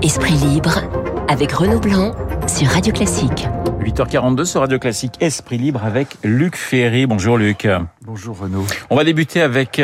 Esprit libre avec Renaud Blanc sur Radio Classique. 8h42 sur Radio Classique, Esprit libre avec Luc Ferry. Bonjour Luc. Bonjour Renaud. On va débuter avec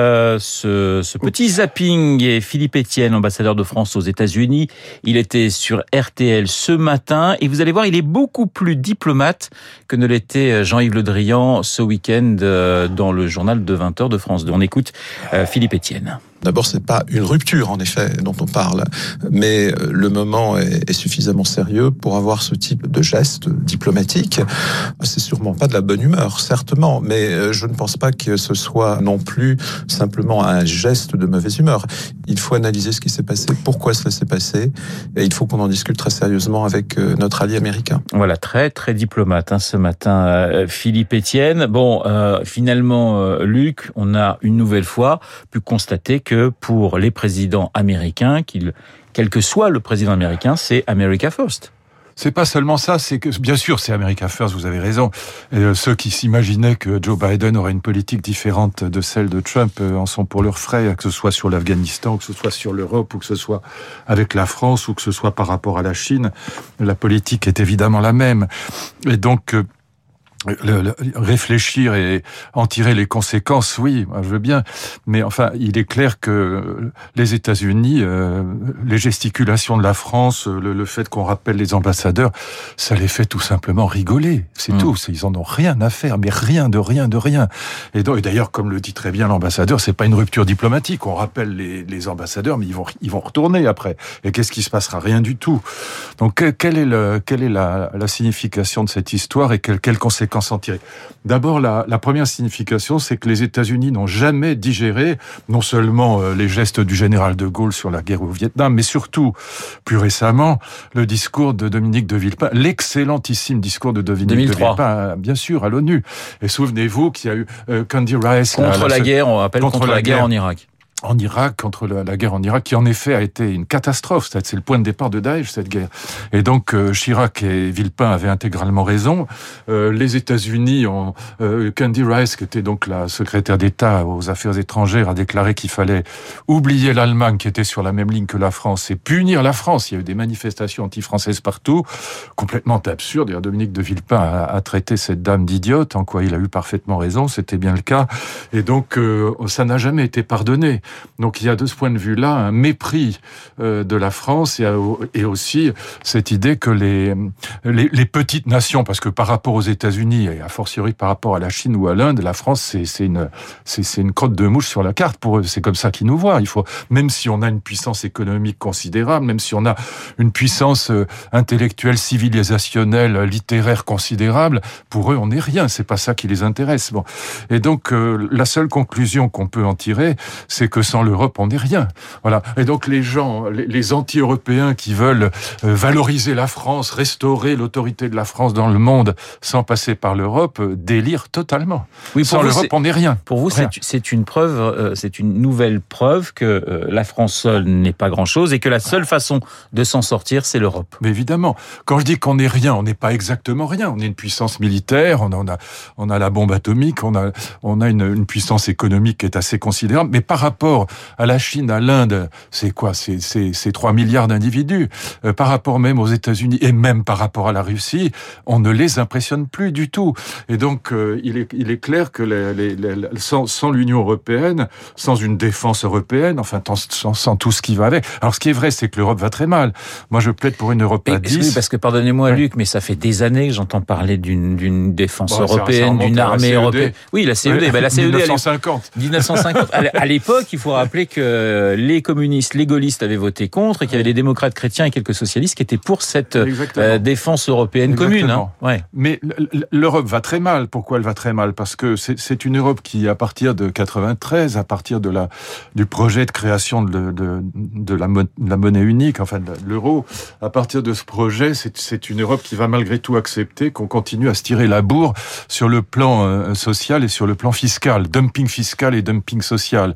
ce petit zapping et Philippe Etienne, ambassadeur de France aux États-Unis. Il était sur RTL ce matin et vous allez voir, il est beaucoup plus diplomate que ne l'était Jean-Yves Le Drian ce week-end dans le journal de 20h de France 2. On écoute Philippe Etienne. D'abord, c'est pas une rupture, en effet, dont on parle, mais le moment est suffisamment sérieux pour avoir ce type de geste diplomatique. C'est sûrement pas de la bonne humeur, certainement, mais je ne pense pas que ce soit non plus simplement un geste de mauvaise humeur. Il faut analyser ce qui s'est passé, pourquoi cela s'est passé, et il faut qu'on en discute très sérieusement avec notre allié américain. Voilà, très très diplomate ce matin, Philippe Etienne. Bon, finalement, Luc, on a une nouvelle fois pu constater que pour les présidents américains, quel que soit le président américain, c'est America First. C'est pas seulement ça, c'est que, bien sûr, c'est America First, vous avez raison. Ceux qui s'imaginaient que Joe Biden aurait une politique différente de celle de Trump en sont pour leurs frais, que ce soit sur l'Afghanistan, que ce soit sur l'Europe, ou que ce soit avec la France, ou que ce soit par rapport à la Chine. La politique est évidemment la même. Et donc, réfléchir et en tirer les conséquences, oui, je veux bien. Mais enfin, il est clair que les États-Unis, les gesticulations de la France, le fait qu'on rappelle les ambassadeurs, ça les fait tout simplement rigoler. C'est tout. Ils en ont rien à faire, mais rien de rien. Et d'ailleurs, comme le dit très bien l'ambassadeur, c'est pas une rupture diplomatique. On rappelle les ambassadeurs, mais ils vont retourner après. Et qu'est-ce qui se passera? Rien du tout. Donc, quelle est la signification de cette histoire et quelles conséquences en tirer? D'abord, la première signification, c'est que les États-Unis n'ont jamais digéré non seulement les gestes du général de Gaulle sur la guerre au Vietnam, mais surtout, plus récemment, le discours de Dominique de Villepin, l'excellentissime discours de Dominique 2003. de Villepin, bien sûr, à l'ONU. Et souvenez-vous qu'il y a eu Candy Rice... Contre la guerre, on rappelle, contre la guerre en Irak. En Irak, contre la guerre en Irak, qui en effet a été une catastrophe. C'est le point de départ de Daesh, cette guerre. Et donc, Chirac et Villepin avaient intégralement raison. Les États-Unis ont... Candy Rice, qui était donc la secrétaire d'État aux Affaires étrangères, a déclaré qu'il fallait oublier l'Allemagne, qui était sur la même ligne que la France, et punir la France. Il y a eu des manifestations anti-françaises partout, complètement absurdes. D'ailleurs, Dominique de Villepin a traité cette dame d'idiote, en quoi il a eu parfaitement raison, c'était bien le cas. Et donc, ça n'a jamais été pardonné. Donc il y a de ce point de vue-là un mépris de la France et aussi cette idée que les petites nations, parce que par rapport aux États-Unis et a fortiori par rapport à la Chine ou à l'Inde, la France c'est une crotte de mouche sur la carte pour eux. C'est comme ça qu'ils nous voient. Il faut, même si on a une puissance économique considérable, même si on a une puissance intellectuelle, civilisationnelle, littéraire considérable, pour eux on n'est rien. C'est pas ça qui les intéresse. Bon. Et donc la seule conclusion qu'on peut en tirer, c'est que sans l'Europe, on n'est rien. Voilà. Et donc les gens, les anti-européens qui veulent valoriser la France, restaurer l'autorité de la France dans le monde sans passer par l'Europe, délirent totalement. Oui, sans l'Europe, on n'est rien. Pour vous, rien. C'est une preuve, c'est une nouvelle preuve que la France seule n'est pas grand-chose et que la seule façon de s'en sortir, c'est l'Europe. Mais évidemment, quand je dis qu'on n'est rien, on n'est pas exactement rien. On est une puissance militaire, on a la bombe atomique, on a une puissance économique qui est assez considérable, mais par rapport à la Chine, à l'Inde, c'est quoi? C'est 3 milliards d'individus. Par rapport même aux États-Unis et même par rapport à la Russie, on ne les impressionne plus du tout. Et donc, il est clair que sans l'Union européenne, sans une défense européenne, enfin, sans tout ce qui va avec. Alors, ce qui est vrai, c'est que l'Europe va très mal. Moi, je plaide pour une Europe à 10. Oui, parce que, pardonnez-moi, ouais. Luc, mais ça fait des années que j'entends parler d'une défense européenne, d'une armée européenne. Oui, la CED. Ouais, la CED, 1950. 1950. À l'époque, il faut rappeler que les communistes, les gaullistes avaient voté contre et qu'il y avait des démocrates chrétiens et quelques socialistes qui étaient pour cette défense européenne commune. Hein. Ouais. Mais l'Europe va très mal. Pourquoi elle va très mal? Parce que c'est une Europe qui, à partir de 93, à partir du projet de création de la monnaie unique, enfin de l'euro, à partir de ce projet, c'est une Europe qui va malgré tout accepter qu'on continue à se tirer la bourre sur le plan social et sur le plan fiscal, dumping fiscal et dumping social. Et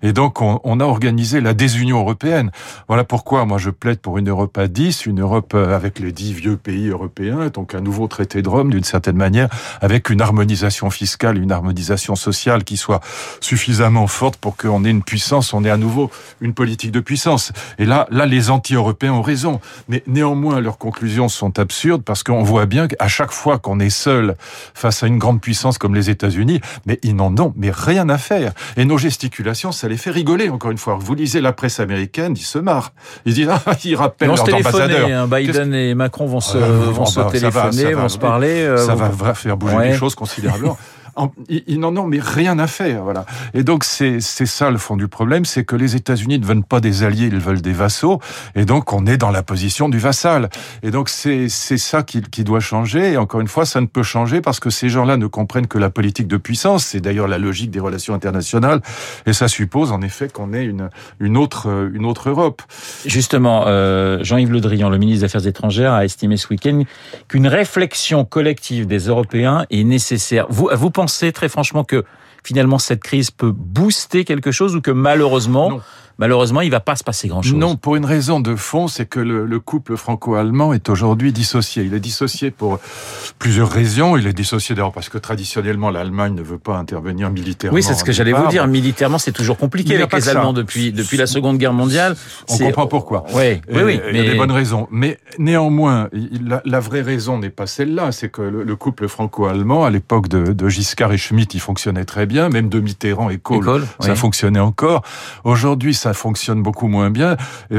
Et donc, on a organisé la désunion européenne. Voilà pourquoi moi je plaide pour une Europe à 10, une Europe avec les 10 vieux pays européens, donc un nouveau traité de Rome d'une certaine manière, avec une harmonisation fiscale, une harmonisation sociale qui soit suffisamment forte pour qu'on ait une puissance, on ait à nouveau une politique de puissance. Et là, les anti-européens ont raison. Mais néanmoins, leurs conclusions sont absurdes parce qu'on voit bien qu'à chaque fois qu'on est seul face à une grande puissance comme les États-Unis, mais ils n'en ont rien à faire. Et nos gesticulations, ça les fait rigoler, encore une fois. Vous lisez la presse américaine, ils se marrent. Ils disent, ils rappellent leurs ambassadeurs. Biden et Macron vont se téléphoner, vont se parler. Ça va faire bouger les choses considérablement. Ils n'en ont mais rien à faire, voilà. Et donc c'est ça le fond du problème, c'est que les États-Unis ne veulent pas des alliés, ils veulent des vassaux, et donc on est dans la position du vassal. Et donc c'est ça qui doit changer. Et encore une fois, ça ne peut changer parce que ces gens-là ne comprennent que la politique de puissance. C'est d'ailleurs la logique des relations internationales, et ça suppose en effet qu'on ait une autre Europe. Justement, Jean-Yves Le Drian, le ministre des Affaires étrangères, a estimé ce week-end qu'une réflexion collective des Européens est nécessaire. Vous pensez très franchement que finalement cette crise peut booster quelque chose ou que malheureusement, il va pas se passer grand-chose? Non, pour une raison de fond, c'est que le couple franco-allemand est aujourd'hui dissocié. Il est dissocié pour plusieurs raisons. Il est dissocié d'abord parce que traditionnellement, l'Allemagne ne veut pas intervenir militairement. Oui, c'est ce que j'allais vous dire. Militairement, c'est toujours compliqué avec les Allemands depuis la Seconde Guerre mondiale. On comprend pourquoi. Oui. Il y a des bonnes raisons. Mais néanmoins, la vraie raison n'est pas celle-là. C'est que le couple franco-allemand, à l'époque de Giscard et Schmitt, il fonctionnait très bien. Même de Mitterrand et Kohl, ça fonctionnait encore. Aujourd'hui, ça fonctionne beaucoup moins bien.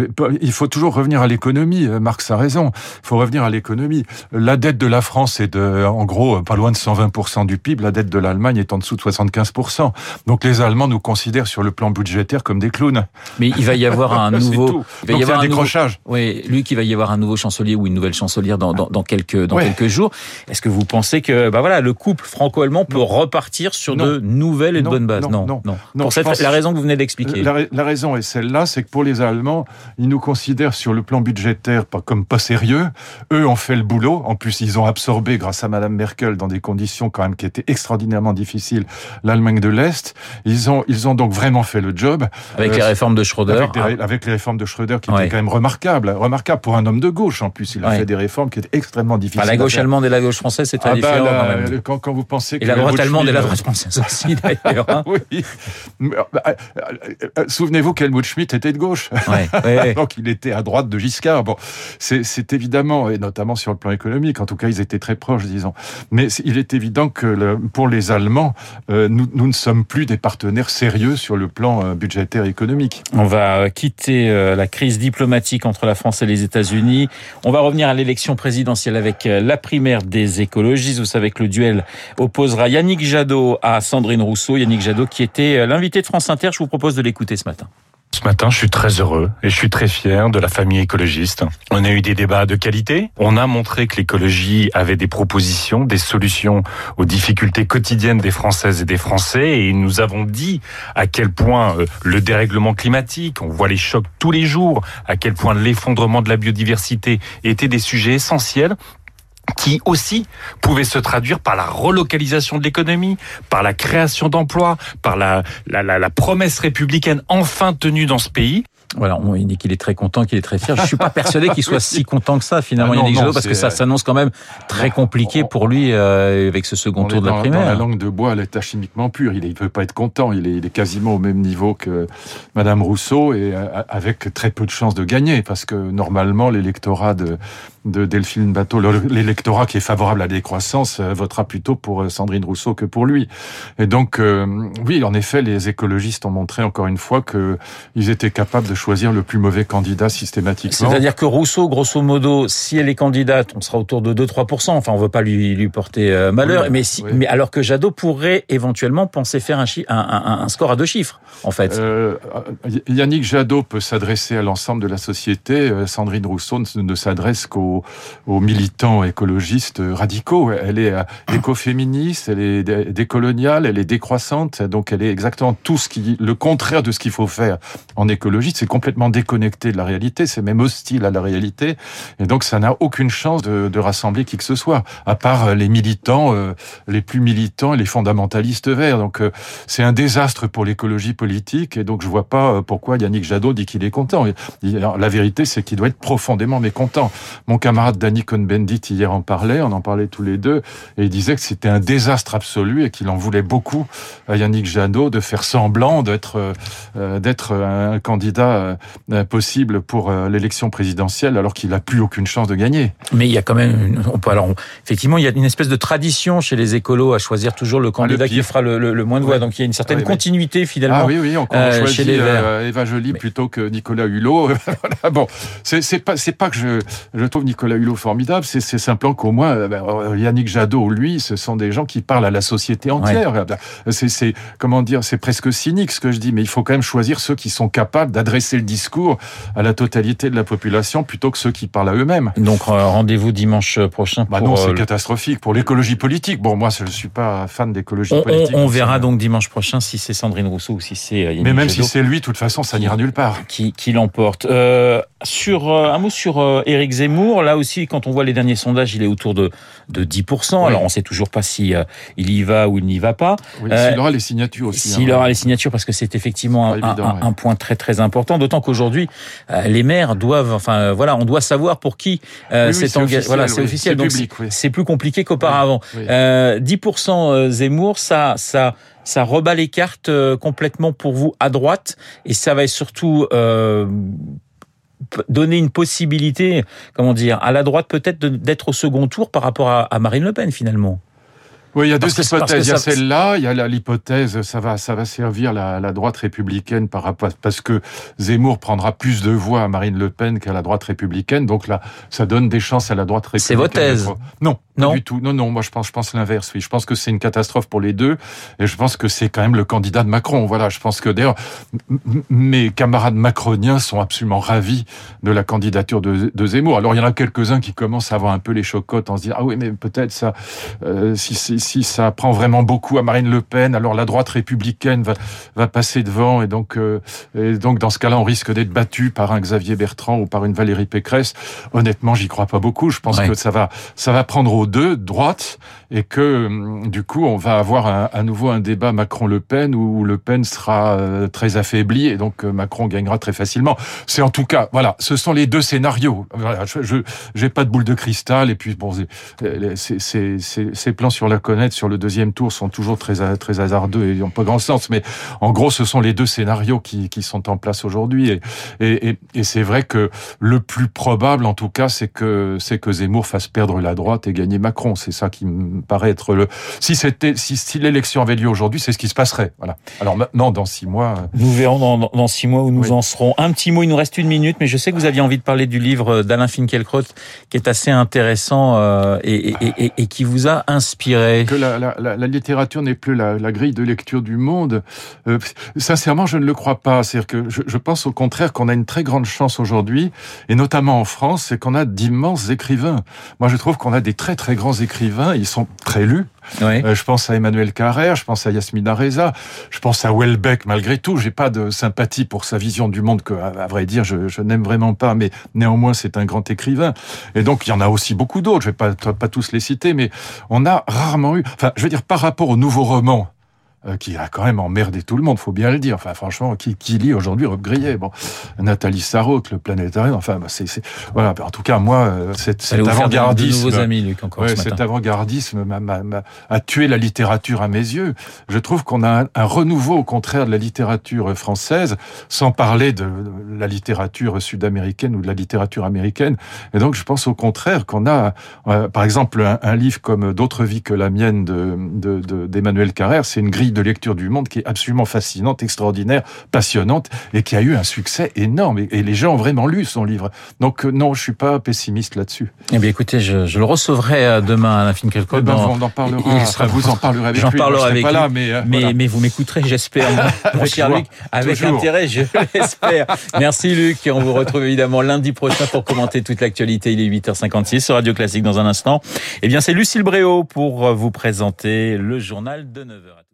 Il faut toujours revenir à l'économie. Marx a raison. Il faut revenir à l'économie. La dette de la France est en gros, pas loin de 120% du PIB. La dette de l'Allemagne est en dessous de 75%. Donc les Allemands nous considèrent sur le plan budgétaire comme des clowns. Mais il va y avoir un nouveau... Il va y avoir un décrochage. Oui, lui qui va y avoir un nouveau chancelier ou une nouvelle chancelière dans quelques jours. Est-ce que vous pensez que le couple franco-allemand peut repartir sur de nouvelles et de bonnes bases? Non. Pour la raison que vous venez d'expliquer. La raison est celle-là, c'est que pour les Allemands, ils nous considèrent sur le plan budgétaire comme pas sérieux. Eux ont fait le boulot. En plus, ils ont absorbé, grâce à Madame Merkel, dans des conditions quand même qui étaient extraordinairement difficiles, l'Allemagne de l'Est. Ils ont donc vraiment fait le job. Avec les réformes de Schröder. Avec les réformes de Schröder qui étaient quand même remarquables pour un homme de gauche. En plus, il a fait des réformes qui étaient extrêmement difficiles. La gauche allemande et la gauche française, c'est très différent quand même. Quand vous pensez que la droite allemande et la droite française aussi, d'ailleurs. Oui. Souvenez-vous qu'Helmut Schmitt était de gauche. Donc il était à droite de Giscard. Bon, c'est évidemment, et notamment sur le plan économique, en tout cas ils étaient très proches, disons. Mais il est évident que pour les Allemands, nous ne sommes plus des partenaires sérieux sur le plan budgétaire et économique. On va quitter la crise diplomatique entre la France et les États-Unis. On va revenir à l'élection présidentielle avec la primaire des écologistes. Vous savez que le duel opposera Yannick Jadot à Sandrine Rousseau. Yannick Jadot qui était l'invité de France Inter. Je vous propose de l'écouter ce matin. Ce matin, je suis très heureux et je suis très fier de la famille écologiste. On a eu des débats de qualité. On a montré que l'écologie avait des propositions, des solutions aux difficultés quotidiennes des Françaises et des Français. Et nous avons dit à quel point le dérèglement climatique, on voit les chocs tous les jours, à quel point l'effondrement de la biodiversité étaient des sujets essentiels, qui aussi pouvait se traduire par la relocalisation de l'économie, par la création d'emplois, par la promesse républicaine enfin tenue dans ce pays. Voilà, il dit qu'il est très content, qu'il est très fier. Je suis pas persuadé qu'il soit si content que ça, finalement, Yannick Jadot, parce que ça s'annonce quand même très compliqué pour lui avec ce second tour de la primaire. Dans la langue de bois, l'état chimiquement pur. Il peut pas être content. Il est quasiment au même niveau que Madame Rousseau et avec très peu de chances de gagner, parce que normalement, l'électorat de Delphine Batho, l'électorat qui est favorable à la décroissance, votera plutôt pour Sandrine Rousseau que pour lui. Et donc, oui, en effet, les écologistes ont montré encore une fois qu'ils étaient capables de choisir le plus mauvais candidat systématiquement. C'est-à-dire que Rousseau, grosso modo, si elle est candidate, on sera autour de 2-3%. Enfin, on veut pas lui porter malheur. Oui, mais alors que Jadot pourrait éventuellement penser faire un score à 2 chiffres, en fait. Yannick Jadot peut s'adresser à l'ensemble de la société. Sandrine Rousseau ne s'adresse qu'aux aux militants écologistes radicaux. Elle est écoféministe, elle est décoloniale, elle est décroissante, donc elle est exactement le contraire de ce qu'il faut faire en écologie. C'est complètement déconnecté de la réalité, c'est même hostile à la réalité, et donc ça n'a aucune chance de rassembler qui que ce soit, à part les militants, les plus militants et les fondamentalistes verts. Donc c'est un désastre pour l'écologie politique, et donc je vois pas pourquoi Yannick Jadot dit qu'il est content. La vérité, c'est qu'il doit être profondément mécontent. Mon camarade Danny Cohn-Bendit hier on en parlait tous les deux, et il disait que c'était un désastre absolu et qu'il en voulait beaucoup à Yannick Jadot de faire semblant d'être un candidat possible pour l'élection présidentielle alors qu'il n'a plus aucune chance de gagner. Mais il y a quand même, effectivement, il y a une espèce de tradition chez les écolos à choisir toujours le candidat qui fera le moins de voix. Donc il y a une certaine continuité finalement. Ah oui, on choisit chez les Verts. Eva Joly plutôt que Nicolas Hulot. Voilà, bon, c'est pas que je trouve Nicolas Hulot formidable, c'est simplement qu'au moins Yannick Jadot, lui, ce sont des gens qui parlent à la société entière. Ouais. C'est comment dire, c'est presque cynique ce que je dis, mais il faut quand même choisir ceux qui sont capables d'adresser le discours à la totalité de la population plutôt que ceux qui parlent à eux-mêmes. Donc rendez-vous dimanche prochain. Non, c'est catastrophique pour l'écologie politique. Bon, moi, je suis pas fan d'écologie politique. On verra donc dimanche prochain si c'est Sandrine Rousseau ou si c'est Yannick Mais même Jadot si c'est lui, de toute façon, ça n'ira nulle part. Qui l'emporte. Un mot sur Éric Zemmour. Là aussi, quand on voit les derniers sondages, il est autour de 10%. Oui. Alors, on sait toujours pas si il y va ou il n'y va pas. Oui, s'il aura les signatures aussi. S'il aura les signatures, parce que c'est effectivement un point très très important. D'autant qu'aujourd'hui, les maires doivent, on doit savoir pour qui c'est engagé. Voilà, c'est officiel. Donc public, c'est plus compliqué qu'auparavant. Oui. 10% Zemmour, ça rebat les cartes complètement pour vous à droite, et ça va surtout donner une possibilité, à la droite peut-être d'être au second tour par rapport à Marine Le Pen finalement. Oui, il y a deux hypothèses. Il y a celle-là, il y a l'hypothèse, ça va servir la droite républicaine parce que Zemmour prendra plus de voix à Marine Le Pen qu'à la droite républicaine. Donc là, ça donne des chances à la droite républicaine. C'est votre thèse? Non, pas du tout. Non, moi je pense l'inverse. Oui, je pense que c'est une catastrophe pour les deux, et je pense que c'est quand même le candidat de Macron. Voilà, je pense que d'ailleurs mes camarades macroniens sont absolument ravis de la candidature de Zemmour. Alors il y en a quelques-uns qui commencent à avoir un peu les chocottes en se disant oui, mais peut-être ça, si ça prend vraiment beaucoup à Marine Le Pen, alors la droite républicaine va passer devant, et donc dans ce cas-là, on risque d'être battu par un Xavier Bertrand ou par une Valérie Pécresse. Honnêtement, j'y crois pas beaucoup. Je pense que ça va prendre aux deux droites, et que du coup, on va avoir à nouveau un débat Macron-Le Pen où Le Pen sera très affaibli, et donc Macron gagnera très facilement. C'est en tout cas, voilà, ce sont les deux scénarios. Voilà, je j'ai pas de boule de cristal, et puis bon, ces plans sur la connaître sur le deuxième tour sont toujours très hasardeux et n'ont pas grand sens, mais en gros ce sont les deux scénarios qui sont en place aujourd'hui, et c'est vrai que le plus probable en tout cas c'est que Zemmour fasse perdre la droite et gagner Macron. C'est ça qui me paraît être si l'élection avait lieu aujourd'hui, c'est ce qui se passerait. Voilà. Alors maintenant, dans 6 mois, nous verrons dans 6 mois où nous en serons. Un petit mot, il nous reste 1 minute, mais je sais que vous aviez envie de parler du livre d'Alain Finkielkraut qui est assez intéressant et qui vous a inspiré. Que la littérature n'est plus la grille de lecture du monde. Sincèrement, je ne le crois pas. C'est-à-dire que je pense au contraire qu'on a une très grande chance aujourd'hui, et notamment en France, c'est qu'on a d'immenses écrivains. Moi, je trouve qu'on a des très très grands écrivains. Ils sont très lus. Oui. Je pense à Emmanuel Carrère, je pense à Yasmina Reza, je pense à Houellebecq. Malgré tout, j'ai pas de sympathie pour sa vision du monde que, à vrai dire, je n'aime vraiment pas. Mais néanmoins, c'est un grand écrivain. Et donc, il y en a aussi beaucoup d'autres. Je vais pas tous les citer, mais on a rarement eu. Enfin, je veux dire, par rapport aux nouveaux romans, qui a quand même emmerdé tout le monde, faut bien le dire. Enfin, franchement, qui lit aujourd'hui Rob Grillet, Nathalie Sarraute, Le Planétarium. Enfin, voilà. En tout cas, moi, cet avant-gardisme, de nouveaux amis, Luc, encore ce matin. Cet avant-gardisme a tué la littérature à mes yeux. Je trouve qu'on a un renouveau, au contraire, de la littérature française, sans parler de la littérature sud-américaine ou de la littérature américaine. Et donc, je pense au contraire qu'on a, par exemple, un livre comme D'autres vies que la mienne d'Emmanuel Carrère, c'est une grille grille de lecture du Monde qui est absolument fascinante, extraordinaire, passionnante, et qui a eu un succès énorme. Et les gens ont vraiment lu son livre. Donc non, je suis pas pessimiste là-dessus. Eh bien, écoutez, je le recevrai demain à Alain Finkielkraut. On en parlera. Vous en parlerez avec lui. J'en parlerai avec lui. Là, mais vous m'écouterez, j'espère, mon cher Luc, avec toujours. intérêt, je l'espère. Merci Luc. On vous retrouve évidemment lundi prochain pour commenter toute l'actualité. Il est 8h56 sur Radio Classique dans un instant. Eh bien, c'est Lucille Bréau pour vous présenter le journal de 9h.